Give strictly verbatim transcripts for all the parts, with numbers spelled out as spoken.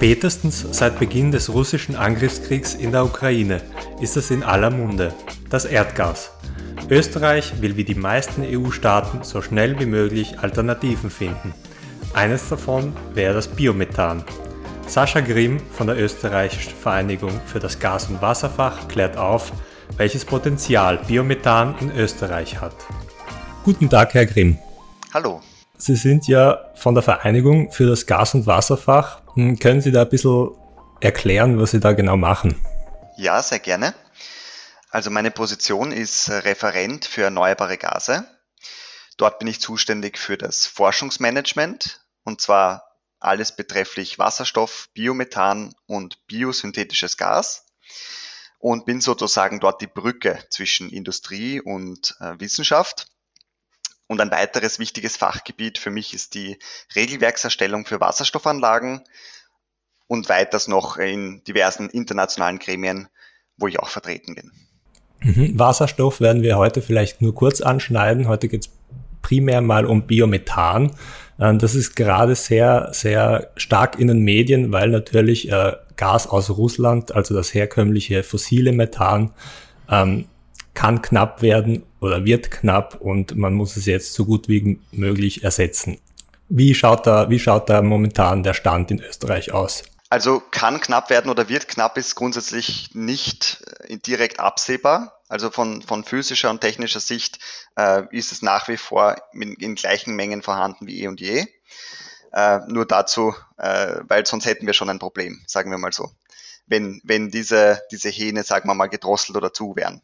Spätestens seit Beginn des russischen Angriffskriegs in der Ukraine ist es in aller Munde: das Erdgas. Österreich will wie die meisten E U-Staaten so schnell wie möglich Alternativen finden. Eines davon wäre das Biomethan. Sascha Grimm von der Österreichischen Vereinigung für das Gas- und Wasserfach klärt auf, welches Potenzial Biomethan in Österreich hat. Guten Tag, Herr Grimm. Hallo. Sie sind ja von der Vereinigung für das Gas- und Wasserfach. Können Sie da ein bisschen erklären, was Sie da genau machen? Ja, sehr gerne. Also meine Position ist Referent für erneuerbare Gase. Dort bin ich zuständig für das Forschungsmanagement, und zwar alles betrefflich Wasserstoff, Biomethan und biosynthetisches Gas, und bin sozusagen dort die Brücke zwischen Industrie und äh, Wissenschaft. Und ein weiteres wichtiges Fachgebiet für mich ist die Regelwerkserstellung für Wasserstoffanlagen und weiters noch in diversen internationalen Gremien, wo ich auch vertreten bin. Mhm. Wasserstoff werden wir heute vielleicht nur kurz anschneiden. Heute geht es primär mal um Biomethan. Das ist gerade sehr, sehr stark in den Medien, weil natürlich äh, Gas aus Russland, also das herkömmliche fossile Methan, ähm, kann knapp werden oder wird knapp und man muss es jetzt so gut wie möglich ersetzen. Wie schaut da, wie schaut da momentan der Stand in Österreich aus? Also kann knapp werden oder wird knapp ist grundsätzlich nicht direkt absehbar. Also von, von physischer und technischer Sicht äh, ist es nach wie vor in, in gleichen Mengen vorhanden wie eh und je. Äh, nur dazu, äh, weil sonst hätten wir schon ein Problem, sagen wir mal so. Wenn, wenn diese, diese Hähne, sagen wir mal, gedrosselt oder zu wären.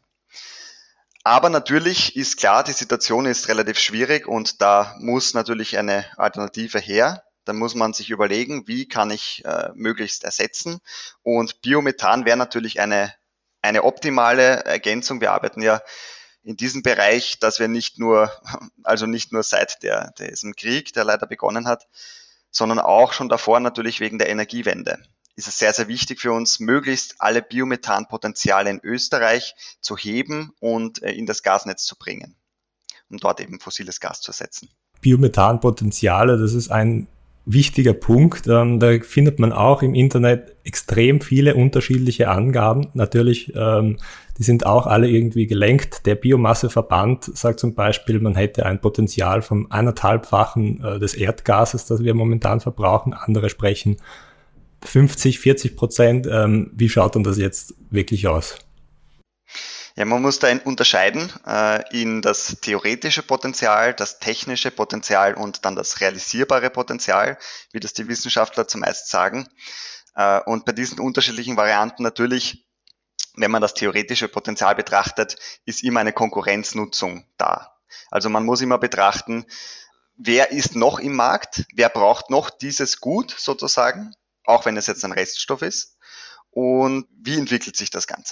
Aber natürlich ist klar, die Situation ist relativ schwierig und da muss natürlich eine Alternative her. Da muss man sich überlegen, wie kann ich äh, möglichst ersetzen. Und Biomethan wäre natürlich eine, eine optimale Ergänzung. Wir arbeiten ja in diesem Bereich, dass wir nicht nur, also nicht nur seit der, diesem Krieg, der leider begonnen hat, sondern auch schon davor natürlich wegen der Energiewende. Ist es sehr, sehr wichtig für uns, möglichst alle Biomethan-Potenziale in Österreich zu heben und in das Gasnetz zu bringen, um dort eben fossiles Gas zu ersetzen. Biomethan-Potenziale, das ist ein wichtiger Punkt. Ähm, da findet man auch im Internet extrem viele unterschiedliche Angaben. Natürlich, ähm, die sind auch alle irgendwie gelenkt. Der Biomasseverband sagt zum Beispiel, man hätte ein Potenzial vom eineinhalbfachen äh, des Erdgases, das wir momentan verbrauchen. Andere sprechen fünfzig, vierzig Prozent. Ähm, wie schaut denn das jetzt wirklich aus? Ja, man muss da unterscheiden äh, in das theoretische Potenzial, das technische Potenzial und dann das realisierbare Potenzial, wie das die Wissenschaftler zumeist sagen. Äh, und bei diesen unterschiedlichen Varianten natürlich, wenn man das theoretische Potenzial betrachtet, ist immer eine Konkurrenznutzung da. Also man muss immer betrachten, wer ist noch im Markt, wer braucht noch dieses Gut sozusagen, auch wenn es jetzt ein Reststoff ist, und wie entwickelt sich das Ganze.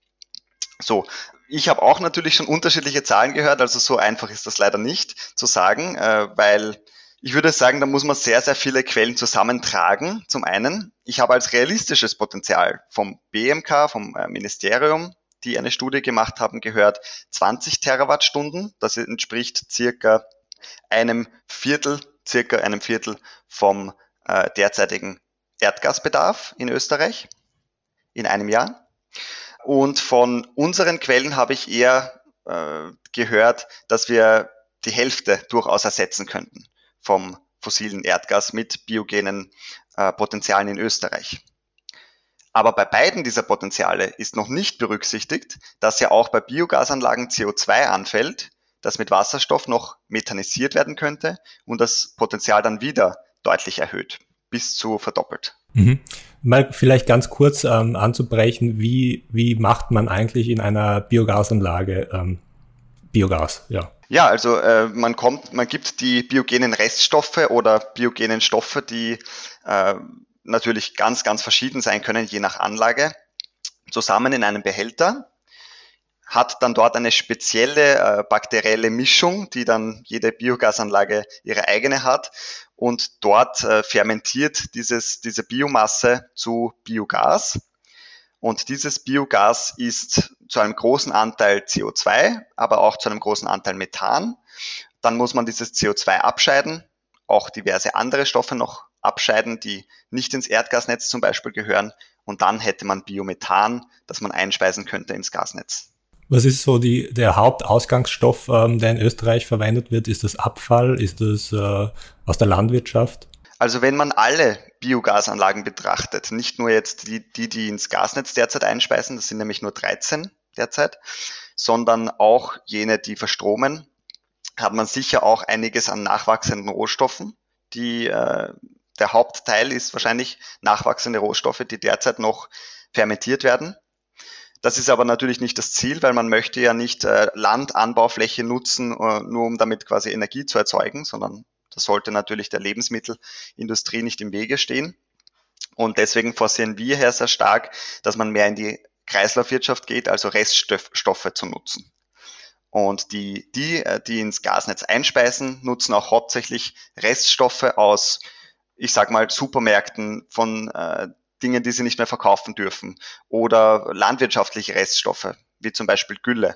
So, ich habe auch natürlich schon unterschiedliche Zahlen gehört, also so einfach ist das leider nicht zu sagen, äh, weil ich würde sagen, da muss man sehr, sehr viele Quellen zusammentragen. Zum einen, ich habe als realistisches Potenzial vom B M K, vom äh, Ministerium, die eine Studie gemacht haben, gehört zwanzig Terawattstunden. Das entspricht circa einem Viertel, circa einem Viertel vom äh, derzeitigen Erdgasbedarf in Österreich in einem Jahr. Und von unseren Quellen habe ich eher äh, gehört, dass wir die Hälfte durchaus ersetzen könnten vom fossilen Erdgas mit biogenen äh, Potenzialen in Österreich. Aber bei beiden dieser Potenziale ist noch nicht berücksichtigt, dass ja auch bei Biogasanlagen C O zwei anfällt, das mit Wasserstoff noch methanisiert werden könnte und das Potenzial dann wieder deutlich erhöht, bis zu verdoppelt. Mhm. Mal vielleicht ganz kurz ähm, anzubrechen, wie, wie macht man eigentlich in einer Biogasanlage ähm, Biogas? Ja, ja also äh, man kommt, man gibt die biogenen Reststoffe oder biogenen Stoffe, die äh, natürlich ganz, ganz verschieden sein können, je nach Anlage, zusammen in einem Behälter, hat dann dort eine spezielle äh, bakterielle Mischung, die dann jede Biogasanlage ihre eigene hat, und dort äh, fermentiert dieses, diese Biomasse zu Biogas. Und dieses Biogas ist zu einem großen Anteil C O zwei, aber auch zu einem großen Anteil Methan. Dann muss man dieses C O zwei abscheiden, auch diverse andere Stoffe noch abscheiden, die nicht ins Erdgasnetz zum Beispiel gehören. Und dann hätte man Biomethan, das man einspeisen könnte ins Gasnetz. Was ist so die, der Hauptausgangsstoff, ähm, der in Österreich verwendet wird? Ist das Abfall? Ist das äh, aus der Landwirtschaft? Also wenn man alle Biogasanlagen betrachtet, nicht nur jetzt die, die, die ins Gasnetz derzeit einspeisen, das sind nämlich nur dreizehn derzeit, sondern auch jene, die verstromen, hat man sicher auch einiges an nachwachsenden Rohstoffen. Die, äh, der Hauptteil ist wahrscheinlich nachwachsende Rohstoffe, die derzeit noch fermentiert werden. Das ist aber natürlich nicht das Ziel, weil man möchte ja nicht äh, Landanbaufläche nutzen, äh, nur um damit quasi Energie zu erzeugen, sondern das sollte natürlich der Lebensmittelindustrie nicht im Wege stehen. Und deswegen forcieren wir hier sehr stark, dass man mehr in die Kreislaufwirtschaft geht, also Reststoffe zu nutzen. Und die, die, die ins Gasnetz einspeisen, nutzen auch hauptsächlich Reststoffe aus, ich sag mal, Supermärkten von äh, Dingen, die sie nicht mehr verkaufen dürfen, oder landwirtschaftliche Reststoffe, wie zum Beispiel Gülle.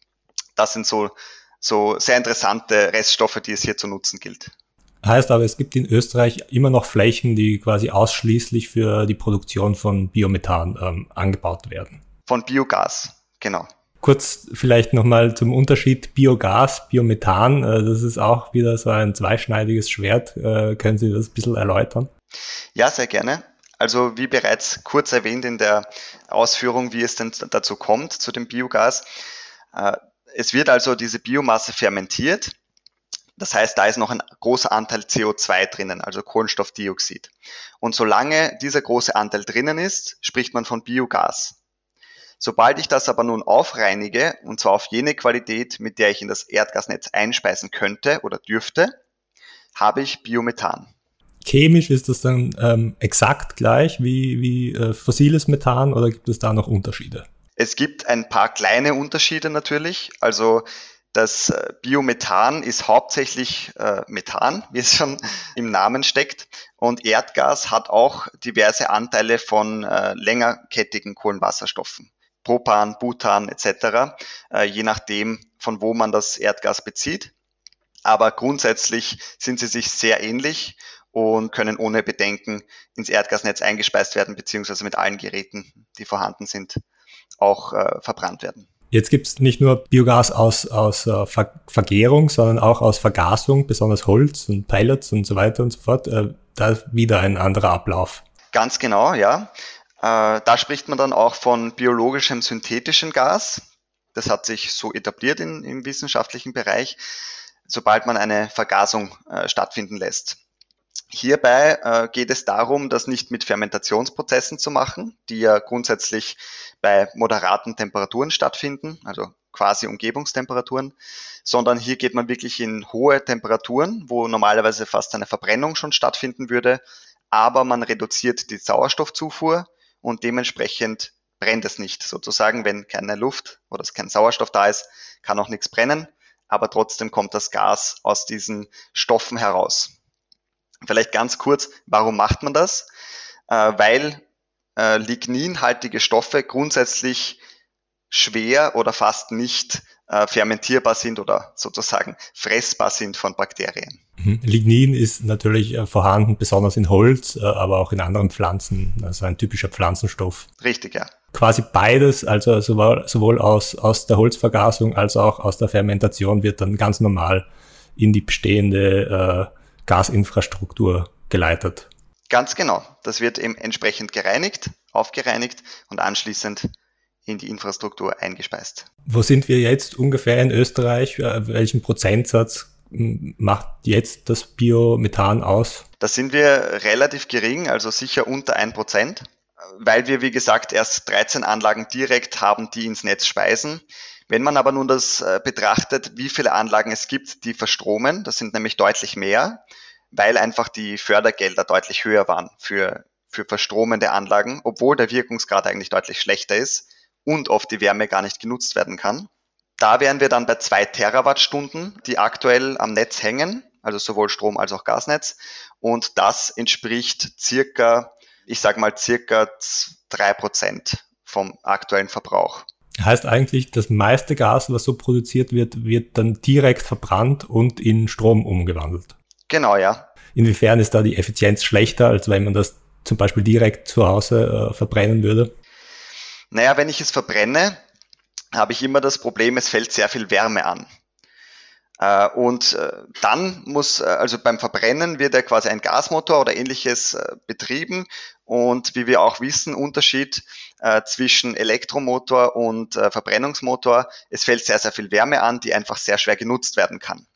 Das sind so, so sehr interessante Reststoffe, die es hier zu nutzen gilt. Heißt aber, es gibt in Österreich immer noch Flächen, die quasi ausschließlich für die Produktion von Biomethan ähm, angebaut werden. Von Biogas, genau. Kurz vielleicht nochmal zum Unterschied Biogas, Biomethan. Äh, das ist auch wieder so ein zweischneidiges Schwert. Äh, können Sie das ein bisschen erläutern? Ja, sehr gerne. Also wie bereits kurz erwähnt in der Ausführung, wie es denn dazu kommt, zu dem Biogas. Äh, es wird also diese Biomasse fermentiert. Das heißt, da ist noch ein großer Anteil C O zwei drinnen, also Kohlenstoffdioxid. Und solange dieser große Anteil drinnen ist, spricht man von Biogas. Sobald ich das aber nun aufreinige, und zwar auf jene Qualität, mit der ich in das Erdgasnetz einspeisen könnte oder dürfte, habe ich Biomethan. Chemisch ist das dann ähm, exakt gleich wie, wie äh, fossiles Methan oder gibt es da noch Unterschiede? Es gibt ein paar kleine Unterschiede natürlich. Also das Biomethan ist hauptsächlich äh, Methan, wie es schon im Namen steckt. Und Erdgas hat auch diverse Anteile von äh, längerkettigen Kohlenwasserstoffen. Propan, Butan et cetera, äh, je nachdem, von wo man das Erdgas bezieht. Aber grundsätzlich sind sie sich sehr ähnlich und können ohne Bedenken ins Erdgasnetz eingespeist werden, beziehungsweise mit allen Geräten, die vorhanden sind, auch äh, verbrannt werden. Jetzt gibt es nicht nur Biogas aus, aus äh, Ver- Vergärung, sondern auch aus Vergasung, besonders Holz und Pellets und so weiter und so fort. Äh, da ist wieder ein anderer Ablauf. Ganz genau, ja. Äh, da spricht man dann auch von biologischem synthetischen Gas. Das hat sich so etabliert in, im wissenschaftlichen Bereich, sobald man eine Vergasung äh, stattfinden lässt. Hierbei äh, geht es darum, das nicht mit Fermentationsprozessen zu machen, die ja grundsätzlich bei moderaten Temperaturen stattfinden, also quasi Umgebungstemperaturen, sondern hier geht man wirklich in hohe Temperaturen, wo normalerweise fast eine Verbrennung schon stattfinden würde, aber man reduziert die Sauerstoffzufuhr und dementsprechend brennt es nicht. Sozusagen, wenn keine Luft oder kein Sauerstoff da ist, kann auch nichts brennen, aber trotzdem kommt das Gas aus diesen Stoffen heraus. Vielleicht ganz kurz, warum macht man das? Äh, weil äh, ligninhaltige Stoffe grundsätzlich schwer oder fast nicht äh, fermentierbar sind oder sozusagen fressbar sind von Bakterien. Mhm. Lignin ist natürlich äh, vorhanden, besonders in Holz, äh, aber auch in anderen Pflanzen, also ein typischer Pflanzenstoff. Richtig, ja. Quasi beides, also sowohl, sowohl aus, aus der Holzvergasung als auch aus der Fermentation wird dann ganz normal in die bestehende äh, Gasinfrastruktur geleitet. Ganz genau. Das wird eben entsprechend gereinigt, aufgereinigt und anschließend in die Infrastruktur eingespeist. Wo sind wir jetzt ungefähr in Österreich? Welchen Prozentsatz macht jetzt das Biomethan aus? Da sind wir relativ gering, also sicher unter ein Prozent, weil wir, wie gesagt, erst dreizehn Anlagen direkt haben, die ins Netz speisen. Wenn man aber nun das äh, betrachtet, wie viele Anlagen es gibt, die verstromen, das sind nämlich deutlich mehr, weil einfach die Fördergelder deutlich höher waren für, für verstromende Anlagen, obwohl der Wirkungsgrad eigentlich deutlich schlechter ist und oft die Wärme gar nicht genutzt werden kann. Da wären wir dann bei zwei Terawattstunden, die aktuell am Netz hängen, also sowohl Strom- als auch Gasnetz. Und das entspricht circa, ich sage mal circa drei Prozent vom aktuellen Verbrauch. Heißt eigentlich, das meiste Gas, was so produziert wird, wird dann direkt verbrannt und in Strom umgewandelt. Genau, ja. Inwiefern ist da die Effizienz schlechter, als wenn man das zum Beispiel direkt zu Hause äh, verbrennen würde? Naja, wenn ich es verbrenne, habe ich immer das Problem, es fällt sehr viel Wärme an. Äh, und äh, dann muss, äh, also beim Verbrennen wird ja quasi ein Gasmotor oder ähnliches äh, betrieben. Und wie wir auch wissen, Unterschied äh, zwischen Elektromotor und äh, Verbrennungsmotor, es fällt sehr, sehr viel Wärme an, die einfach sehr schwer genutzt werden kann.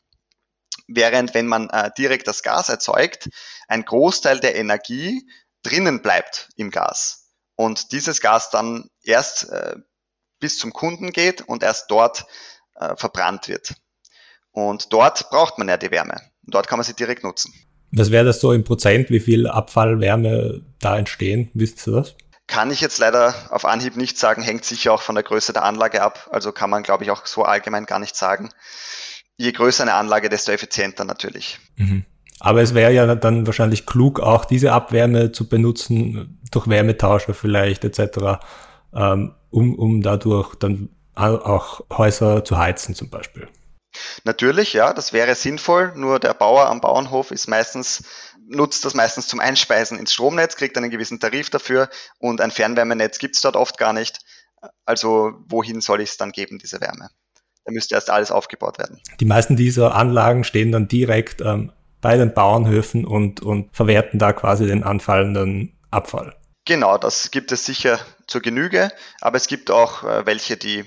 Während wenn man äh, direkt das Gas erzeugt, ein Großteil der Energie drinnen bleibt im Gas. Und dieses Gas dann erst äh, bis zum Kunden geht und erst dort äh, verbrannt wird. Und dort braucht man ja die Wärme. Dort kann man sie direkt nutzen. Was wäre das so im Prozent, wie viel Abfallwärme da entstehen? Wissen Sie das? Kann ich jetzt leider auf Anhieb nicht sagen, hängt sicher auch von der Größe der Anlage ab. Also kann man, glaube ich, auch so allgemein gar nicht sagen. Je größer eine Anlage, desto effizienter natürlich. Mhm. Aber es wäre ja dann wahrscheinlich klug, auch diese Abwärme zu benutzen, durch Wärmetauscher vielleicht et cetera, ähm, um, um dadurch dann auch Häuser zu heizen zum Beispiel. Natürlich, ja, das wäre sinnvoll, nur der Bauer am Bauernhof ist meistens, nutzt das meistens zum Einspeisen ins Stromnetz, kriegt einen gewissen Tarif dafür und ein Fernwärmenetz gibt es dort oft gar nicht. Also wohin soll ich es dann geben, diese Wärme? Da müsste erst alles aufgebaut werden. Die meisten dieser Anlagen stehen dann direkt ähm, bei den Bauernhöfen und, und verwerten da quasi den anfallenden Abfall. Genau, das gibt es sicher zur Genüge, aber es gibt auch äh, welche, die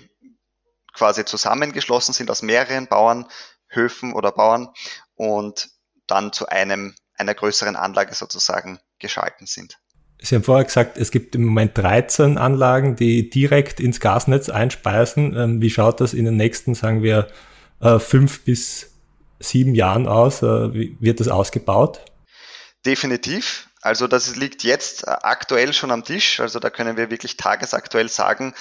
quasi zusammengeschlossen sind aus mehreren Bauernhöfen oder Bauern und dann zu einem einer größeren Anlage sozusagen geschalten sind. Sie haben vorher gesagt, es gibt im Moment dreizehn Anlagen, die direkt ins Gasnetz einspeisen. Wie schaut das in den nächsten, sagen wir, fünf bis sieben Jahren aus? Wie wird das ausgebaut? Definitiv. Also das liegt jetzt aktuell schon am Tisch. Also da können wir wirklich tagesaktuell sagen,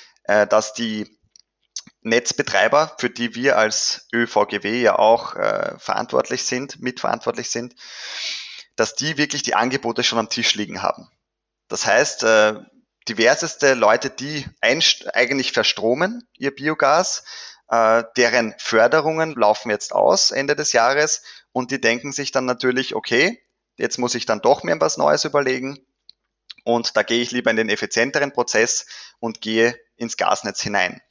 dass die Netzbetreiber, für die wir als ÖVGW ja auch äh, verantwortlich sind, mitverantwortlich sind, dass die wirklich die Angebote schon am Tisch liegen haben. Das heißt, äh, diverseste Leute, die einst- eigentlich verstromen ihr Biogas, äh, deren Förderungen laufen jetzt aus Ende des Jahres und die denken sich dann natürlich, okay, jetzt muss ich dann doch mir was Neues überlegen und da gehe ich lieber in den effizienteren Prozess und gehe ins Gasnetz hinein.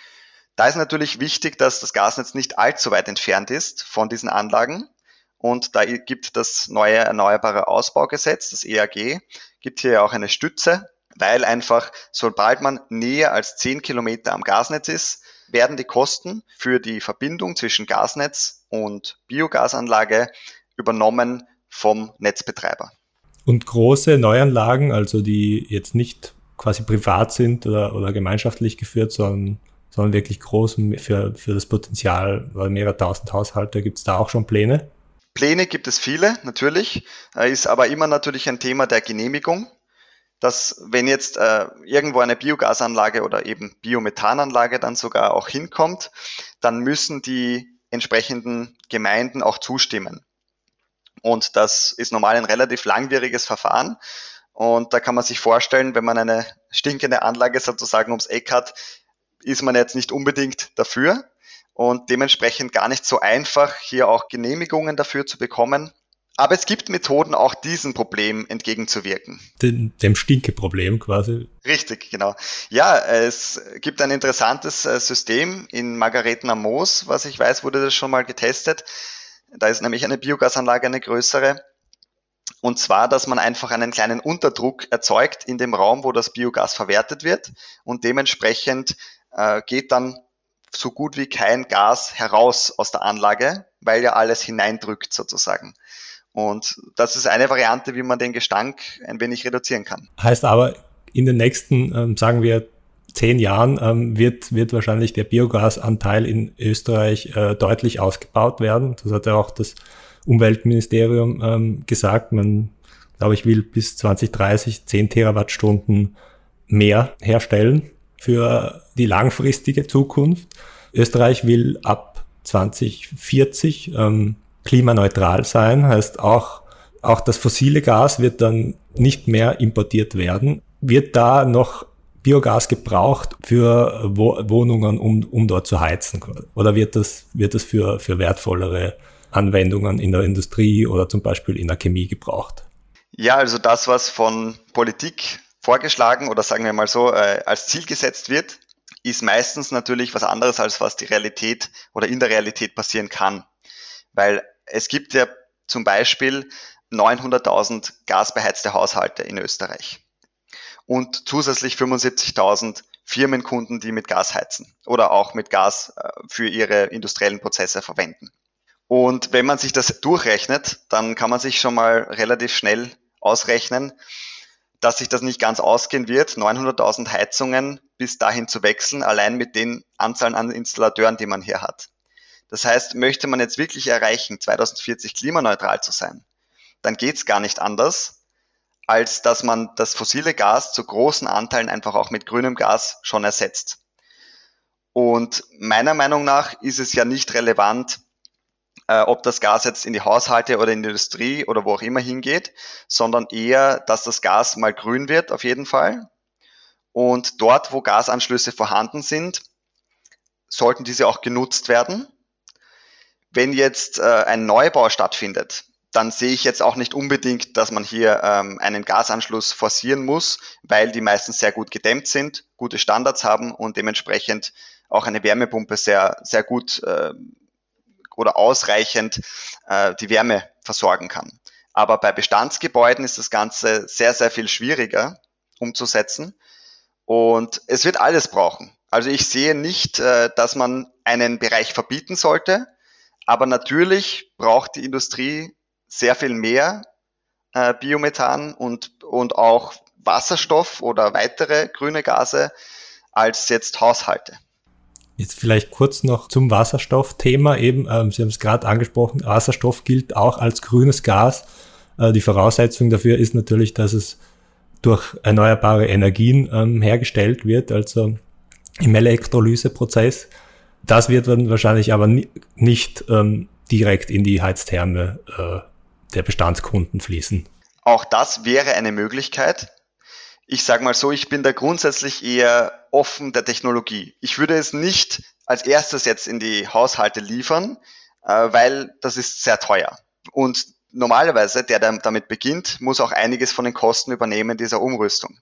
Da ist natürlich wichtig, dass das Gasnetz nicht allzu weit entfernt ist von diesen Anlagen. Und da gibt das neue Erneuerbare Ausbaugesetz, das E A G, gibt hier auch eine Stütze, weil einfach, sobald man näher als zehn Kilometer am Gasnetz ist, werden die Kosten für die Verbindung zwischen Gasnetz und Biogasanlage übernommen vom Netzbetreiber. Und große Neuanlagen, also die jetzt nicht quasi privat sind oder, oder gemeinschaftlich geführt, sondern sondern wirklich groß für, für das Potenzial mehrerer tausend Haushalte. Gibt es da auch schon Pläne? Pläne gibt es viele, natürlich, ist aber immer natürlich ein Thema der Genehmigung, dass wenn jetzt äh, irgendwo eine Biogasanlage oder eben Biomethananlage dann sogar auch hinkommt, dann müssen die entsprechenden Gemeinden auch zustimmen. Und das ist normal ein relativ langwieriges Verfahren. Und da kann man sich vorstellen, wenn man eine stinkende Anlage sozusagen ums Eck hat, ist man jetzt nicht unbedingt dafür und dementsprechend gar nicht so einfach, hier auch Genehmigungen dafür zu bekommen. Aber es gibt Methoden, auch diesem Problem entgegenzuwirken. Dem, dem Stinke-Problem quasi. Richtig, genau. Ja, es gibt ein interessantes System in Margareten am Moos, was ich weiß, wurde das schon mal getestet. Da ist nämlich eine Biogasanlage, eine größere. Und zwar, dass man einfach einen kleinen Unterdruck erzeugt in dem Raum, wo das Biogas verwertet wird und dementsprechend geht dann so gut wie kein Gas heraus aus der Anlage, weil ja alles hineindrückt sozusagen. Und das ist eine Variante, wie man den Gestank ein wenig reduzieren kann. Heißt aber, in den nächsten, ähm, sagen wir, zehn Jahren ähm, wird, wird wahrscheinlich der Biogasanteil in Österreich äh, deutlich ausgebaut werden. Das hat ja auch das Umweltministerium ähm, gesagt. Man, glaube ich, will bis zwanzig dreißig zehn Terawattstunden mehr herstellen für die langfristige Zukunft. Österreich will ab zwanzig vierzig ähm, klimaneutral sein, heißt auch, auch das fossile Gas wird dann nicht mehr importiert werden. Wird da noch Biogas gebraucht für Wo- Wohnungen, um, um dort zu heizen? Oder wird das, wird das für, für wertvollere Anwendungen in der Industrie oder zum Beispiel in der Chemie gebraucht? Ja, also das, was von Politik vorgeschlagen oder sagen wir mal so äh, als Ziel gesetzt wird, ist meistens natürlich was anderes, als was die Realität oder in der Realität passieren kann. Weil es gibt ja zum Beispiel neunhunderttausend gasbeheizte Haushalte in Österreich und zusätzlich fünfundsiebzigtausend Firmenkunden, die mit Gas heizen oder auch mit Gas äh, für ihre industriellen Prozesse verwenden. Und wenn man sich das durchrechnet, dann kann man sich schon mal relativ schnell ausrechnen, dass sich das nicht ganz ausgehen wird, neunhunderttausend Heizungen bis dahin zu wechseln, allein mit den Anzahlen an Installateuren, die man hier hat. Das heißt, möchte man jetzt wirklich erreichen, zweitausendvierzig klimaneutral zu sein, dann geht es gar nicht anders, als dass man das fossile Gas zu großen Anteilen einfach auch mit grünem Gas schon ersetzt. Und meiner Meinung nach ist es ja nicht relevant, äh, ob das Gas jetzt in die Haushalte oder in die Industrie oder wo auch immer hingeht, sondern eher, dass das Gas mal grün wird auf jeden Fall. Und dort, wo Gasanschlüsse vorhanden sind, sollten diese auch genutzt werden. Wenn jetzt äh, ein Neubau stattfindet, dann sehe ich jetzt auch nicht unbedingt, dass man hier ähm, einen Gasanschluss forcieren muss, weil die meistens sehr gut gedämmt sind, gute Standards haben und dementsprechend auch eine Wärmepumpe sehr, sehr gut äh, oder ausreichend äh, die Wärme versorgen kann. Aber bei Bestandsgebäuden ist das Ganze sehr, sehr viel schwieriger umzusetzen und es wird alles brauchen. Also ich sehe nicht, äh, dass man einen Bereich verbieten sollte, aber natürlich braucht die Industrie sehr viel mehr äh, Biomethan und, und auch Wasserstoff oder weitere grüne Gase als jetzt Haushalte. Jetzt vielleicht kurz noch zum Wasserstoffthema eben. Ähm, Sie haben es gerade angesprochen, Wasserstoff gilt auch als grünes Gas. Äh, die Voraussetzung dafür ist natürlich, dass es durch erneuerbare Energien ähm, hergestellt wird, also im Elektrolyseprozess. Das wird dann wahrscheinlich aber ni- nicht ähm, direkt in die Heiztherme äh, der Bestandskunden fließen. Auch das wäre eine Möglichkeit. Ich sage mal so, ich bin da grundsätzlich eher offen der Technologie. Ich würde es nicht als erstes jetzt in die Haushalte liefern, äh, weil das ist sehr teuer. Und normalerweise, der damit beginnt, muss auch einiges von den Kosten übernehmen dieser Umrüstung.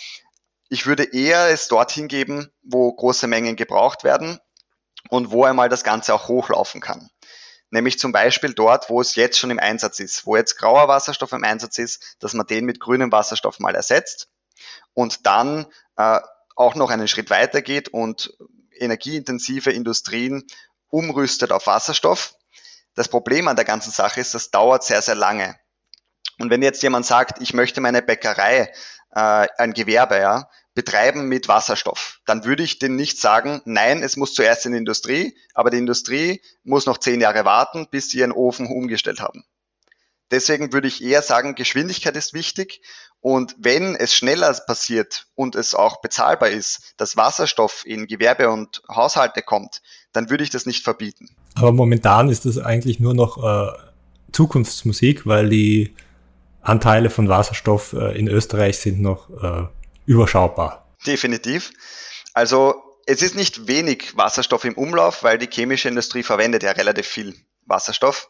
Ich würde eher es dorthin geben, wo große Mengen gebraucht werden und wo einmal das Ganze auch hochlaufen kann. Nämlich zum Beispiel dort, wo es jetzt schon im Einsatz ist, wo jetzt grauer Wasserstoff im Einsatz ist, dass man den mit grünem Wasserstoff mal ersetzt und dann äh, auch noch einen Schritt weiter geht und energieintensive Industrien umrüstet auf Wasserstoff. Das Problem an der ganzen Sache ist, das dauert sehr, sehr lange. Und wenn jetzt jemand sagt, ich möchte meine Bäckerei, äh, ein Gewerbe, ja, betreiben mit Wasserstoff, dann würde ich denen nicht sagen, nein, es muss zuerst in die Industrie, aber die Industrie muss noch zehn Jahre warten, bis sie ihren Ofen umgestellt haben. Deswegen würde ich eher sagen, Geschwindigkeit ist wichtig und wenn es schneller passiert und es auch bezahlbar ist, dass Wasserstoff in Gewerbe und Haushalte kommt, dann würde ich das nicht verbieten. Aber momentan ist das eigentlich nur noch äh, Zukunftsmusik, weil die Anteile von Wasserstoff äh, in Österreich sind noch äh, überschaubar. Definitiv. Also es ist nicht wenig Wasserstoff im Umlauf, weil die chemische Industrie verwendet ja relativ viel Wasserstoff.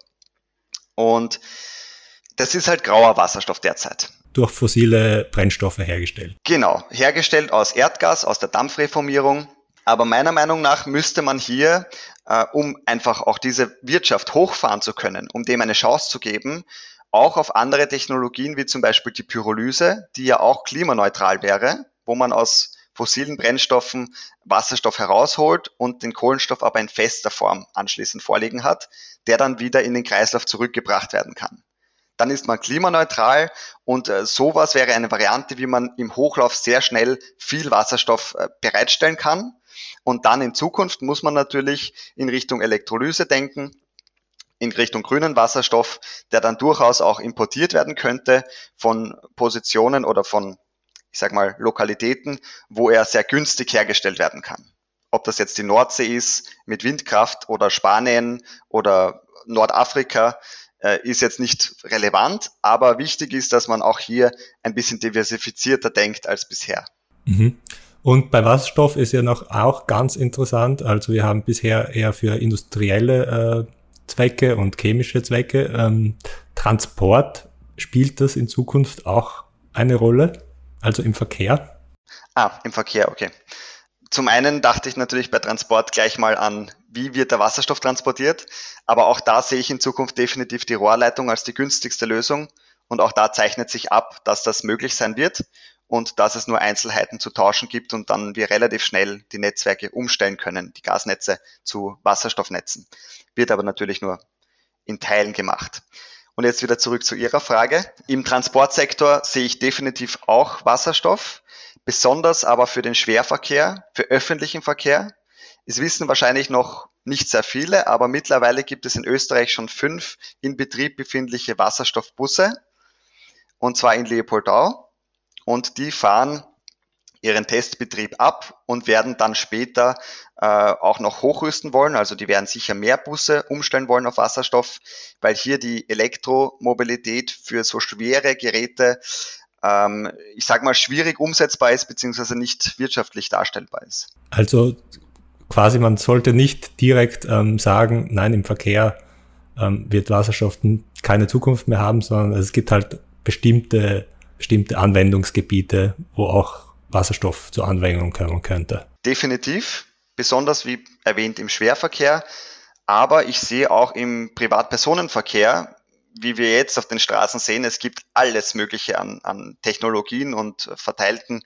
Und das ist halt grauer Wasserstoff derzeit. Durch fossile Brennstoffe hergestellt. Genau, hergestellt aus Erdgas, aus der Dampfreformierung. Aber meiner Meinung nach müsste man hier, äh, um einfach auch diese Wirtschaft hochfahren zu können, um dem eine Chance zu geben, auch auf andere Technologien wie zum Beispiel die Pyrolyse, die ja auch klimaneutral wäre, wo man aus fossilen Brennstoffen Wasserstoff herausholt und den Kohlenstoff aber in fester Form anschließend vorliegen hat, der dann wieder in den Kreislauf zurückgebracht werden kann. Dann ist man klimaneutral und äh, sowas wäre eine Variante, wie man im Hochlauf sehr schnell viel Wasserstoff äh, bereitstellen kann. Und dann in Zukunft muss man natürlich in Richtung Elektrolyse denken, in Richtung grünen Wasserstoff, der dann durchaus auch importiert werden könnte von Positionen oder von, ich sag mal, Lokalitäten, wo er sehr günstig hergestellt werden kann. Ob das jetzt die Nordsee ist mit Windkraft oder Spanien oder Nordafrika, äh, ist jetzt nicht relevant, aber wichtig ist, dass man auch hier ein bisschen diversifizierter denkt als bisher. Mhm. Und bei Wasserstoff ist ja noch auch ganz interessant, also wir haben bisher eher für industrielle äh, Zwecke und chemische Zwecke. Ähm, Transport, spielt das in Zukunft auch eine Rolle? Also im Verkehr? Ah, im Verkehr, okay. Zum einen dachte ich natürlich bei Transport gleich mal an, wie wird der Wasserstoff transportiert, aber auch da sehe ich in Zukunft definitiv die Rohrleitung als die günstigste Lösung und auch da zeichnet sich ab, dass das möglich sein wird und dass es nur Einzelheiten zu tauschen gibt und dann wir relativ schnell die Netzwerke umstellen können, die Gasnetze zu Wasserstoffnetzen. Wird aber natürlich nur in Teilen gemacht. Und jetzt wieder zurück zu Ihrer Frage. Im Transportsektor sehe ich definitiv auch Wasserstoff, besonders aber für den Schwerverkehr, für öffentlichen Verkehr. Es wissen wahrscheinlich noch nicht sehr viele, aber mittlerweile gibt es in Österreich schon fünf in Betrieb befindliche Wasserstoffbusse, und zwar in Leopoldau. Und die fahren ihren Testbetrieb ab und werden dann später äh, auch noch hochrüsten wollen. Also die werden sicher mehr Busse umstellen wollen auf Wasserstoff, weil hier die Elektromobilität für so schwere Geräte, ähm, ich sage mal, schwierig umsetzbar ist, beziehungsweise nicht wirtschaftlich darstellbar ist. Also quasi man sollte nicht direkt ähm, sagen, nein, im Verkehr ähm, wird Wasserstoff keine Zukunft mehr haben, sondern es gibt halt bestimmte, bestimmte Anwendungsgebiete, wo auch Wasserstoff zur Anwendung kommen könnte. Definitiv, besonders wie erwähnt im Schwerverkehr, aber ich sehe auch im Privatpersonenverkehr, wie wir jetzt auf den Straßen sehen, es gibt alles Mögliche an, an Technologien und verteilten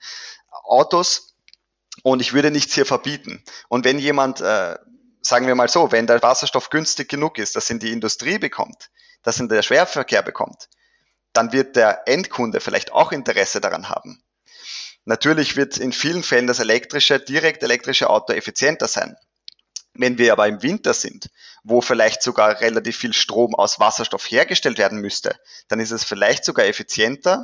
Autos und ich würde nichts hier verbieten. Und wenn jemand, äh, sagen wir mal so, wenn der Wasserstoff günstig genug ist, dass ihn die Industrie bekommt, dass ihn der Schwerverkehr bekommt, dann wird der Endkunde vielleicht auch Interesse daran haben. Natürlich wird in vielen Fällen das elektrische, direkt elektrische Auto effizienter sein. Wenn wir aber im Winter sind, wo vielleicht sogar relativ viel Strom aus Wasserstoff hergestellt werden müsste, dann ist es vielleicht sogar effizienter,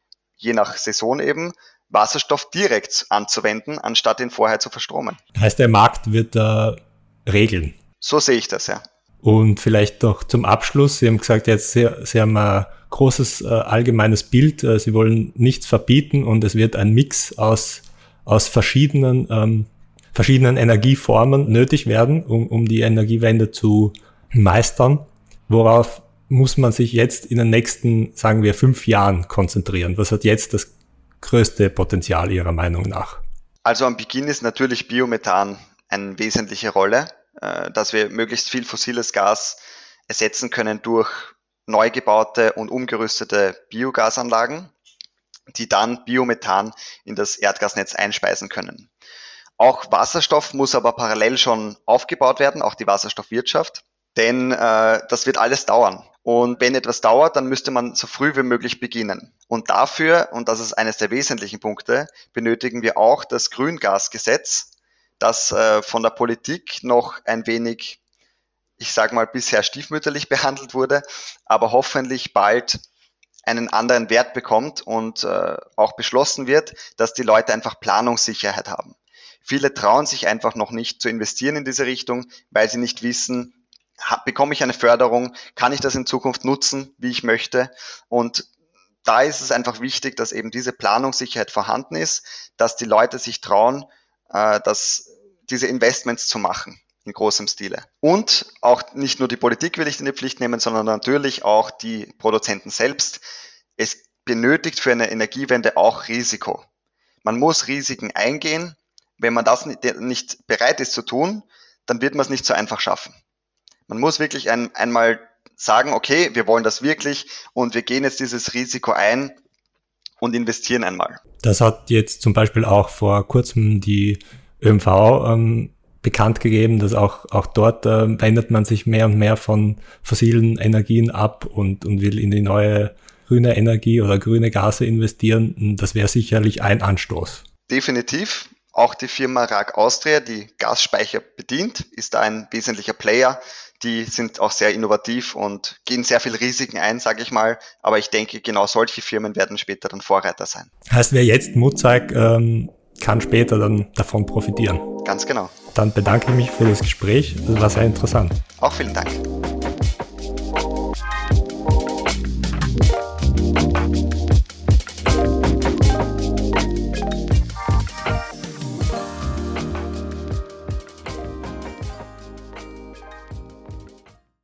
je nach Saison eben, Wasserstoff direkt anzuwenden, anstatt ihn vorher zu verstromen. Heißt, der Markt wird da regeln? So sehe ich das, ja. Und vielleicht noch zum Abschluss, Sie haben gesagt, jetzt Sie, Sie haben ein großes äh, allgemeines Bild, äh, Sie wollen nichts verbieten und es wird ein Mix aus, aus verschiedenen, ähm, verschiedenen Energieformen nötig werden, um, um die Energiewende zu meistern. Worauf muss man sich jetzt in den nächsten, sagen wir, fünf Jahren konzentrieren? Was hat jetzt das größte Potenzial Ihrer Meinung nach? Also am Beginn ist natürlich Biomethan eine wesentliche Rolle, dass wir möglichst viel fossiles Gas ersetzen können durch neu gebaute und umgerüstete Biogasanlagen, die dann Biomethan in das Erdgasnetz einspeisen können. Auch Wasserstoff muss aber parallel schon aufgebaut werden, auch die Wasserstoffwirtschaft, denn äh, das wird alles dauern. Und wenn etwas dauert, dann müsste man so früh wie möglich beginnen. Und dafür, und das ist eines der wesentlichen Punkte, benötigen wir auch das Grüngasgesetz, das äh, von der Politik noch ein wenig, ich sage mal, bisher stiefmütterlich behandelt wurde, aber hoffentlich bald einen anderen Wert bekommt und äh, auch beschlossen wird, dass die Leute einfach Planungssicherheit haben. Viele trauen sich einfach noch nicht zu investieren in diese Richtung, weil sie nicht wissen, ha, bekomme ich eine Förderung, kann ich das in Zukunft nutzen, wie ich möchte. Und da ist es einfach wichtig, dass eben diese Planungssicherheit vorhanden ist, dass die Leute sich trauen, äh, dass diese Investments zu machen in großem Stile. Und auch nicht nur die Politik will ich in die Pflicht nehmen, sondern natürlich auch die Produzenten selbst. Es benötigt für eine Energiewende auch Risiko. Man muss Risiken eingehen. Wenn man das nicht bereit ist zu tun, dann wird man es nicht so einfach schaffen. Man muss wirklich ein, einmal sagen, okay, wir wollen das wirklich und wir gehen jetzt dieses Risiko ein und investieren einmal. Das hat jetzt zum Beispiel auch vor kurzem die ÖMV ähm, bekannt gegeben, dass auch, auch dort äh, wendet man sich mehr und mehr von fossilen Energien ab und, und will in die neue grüne Energie oder grüne Gase investieren. Das wäre sicherlich ein Anstoß. Definitiv. Auch die Firma Rag Austria, die Gasspeicher bedient, ist da ein wesentlicher Player. Die sind auch sehr innovativ und gehen sehr viel Risiken ein, sage ich mal. Aber ich denke, genau solche Firmen werden später dann Vorreiter sein. Heißt, wer jetzt Mut zeigt, ähm, kann später dann davon profitieren. Ganz genau. Dann bedanke ich mich für das Gespräch. Das war sehr interessant. Auch vielen Dank.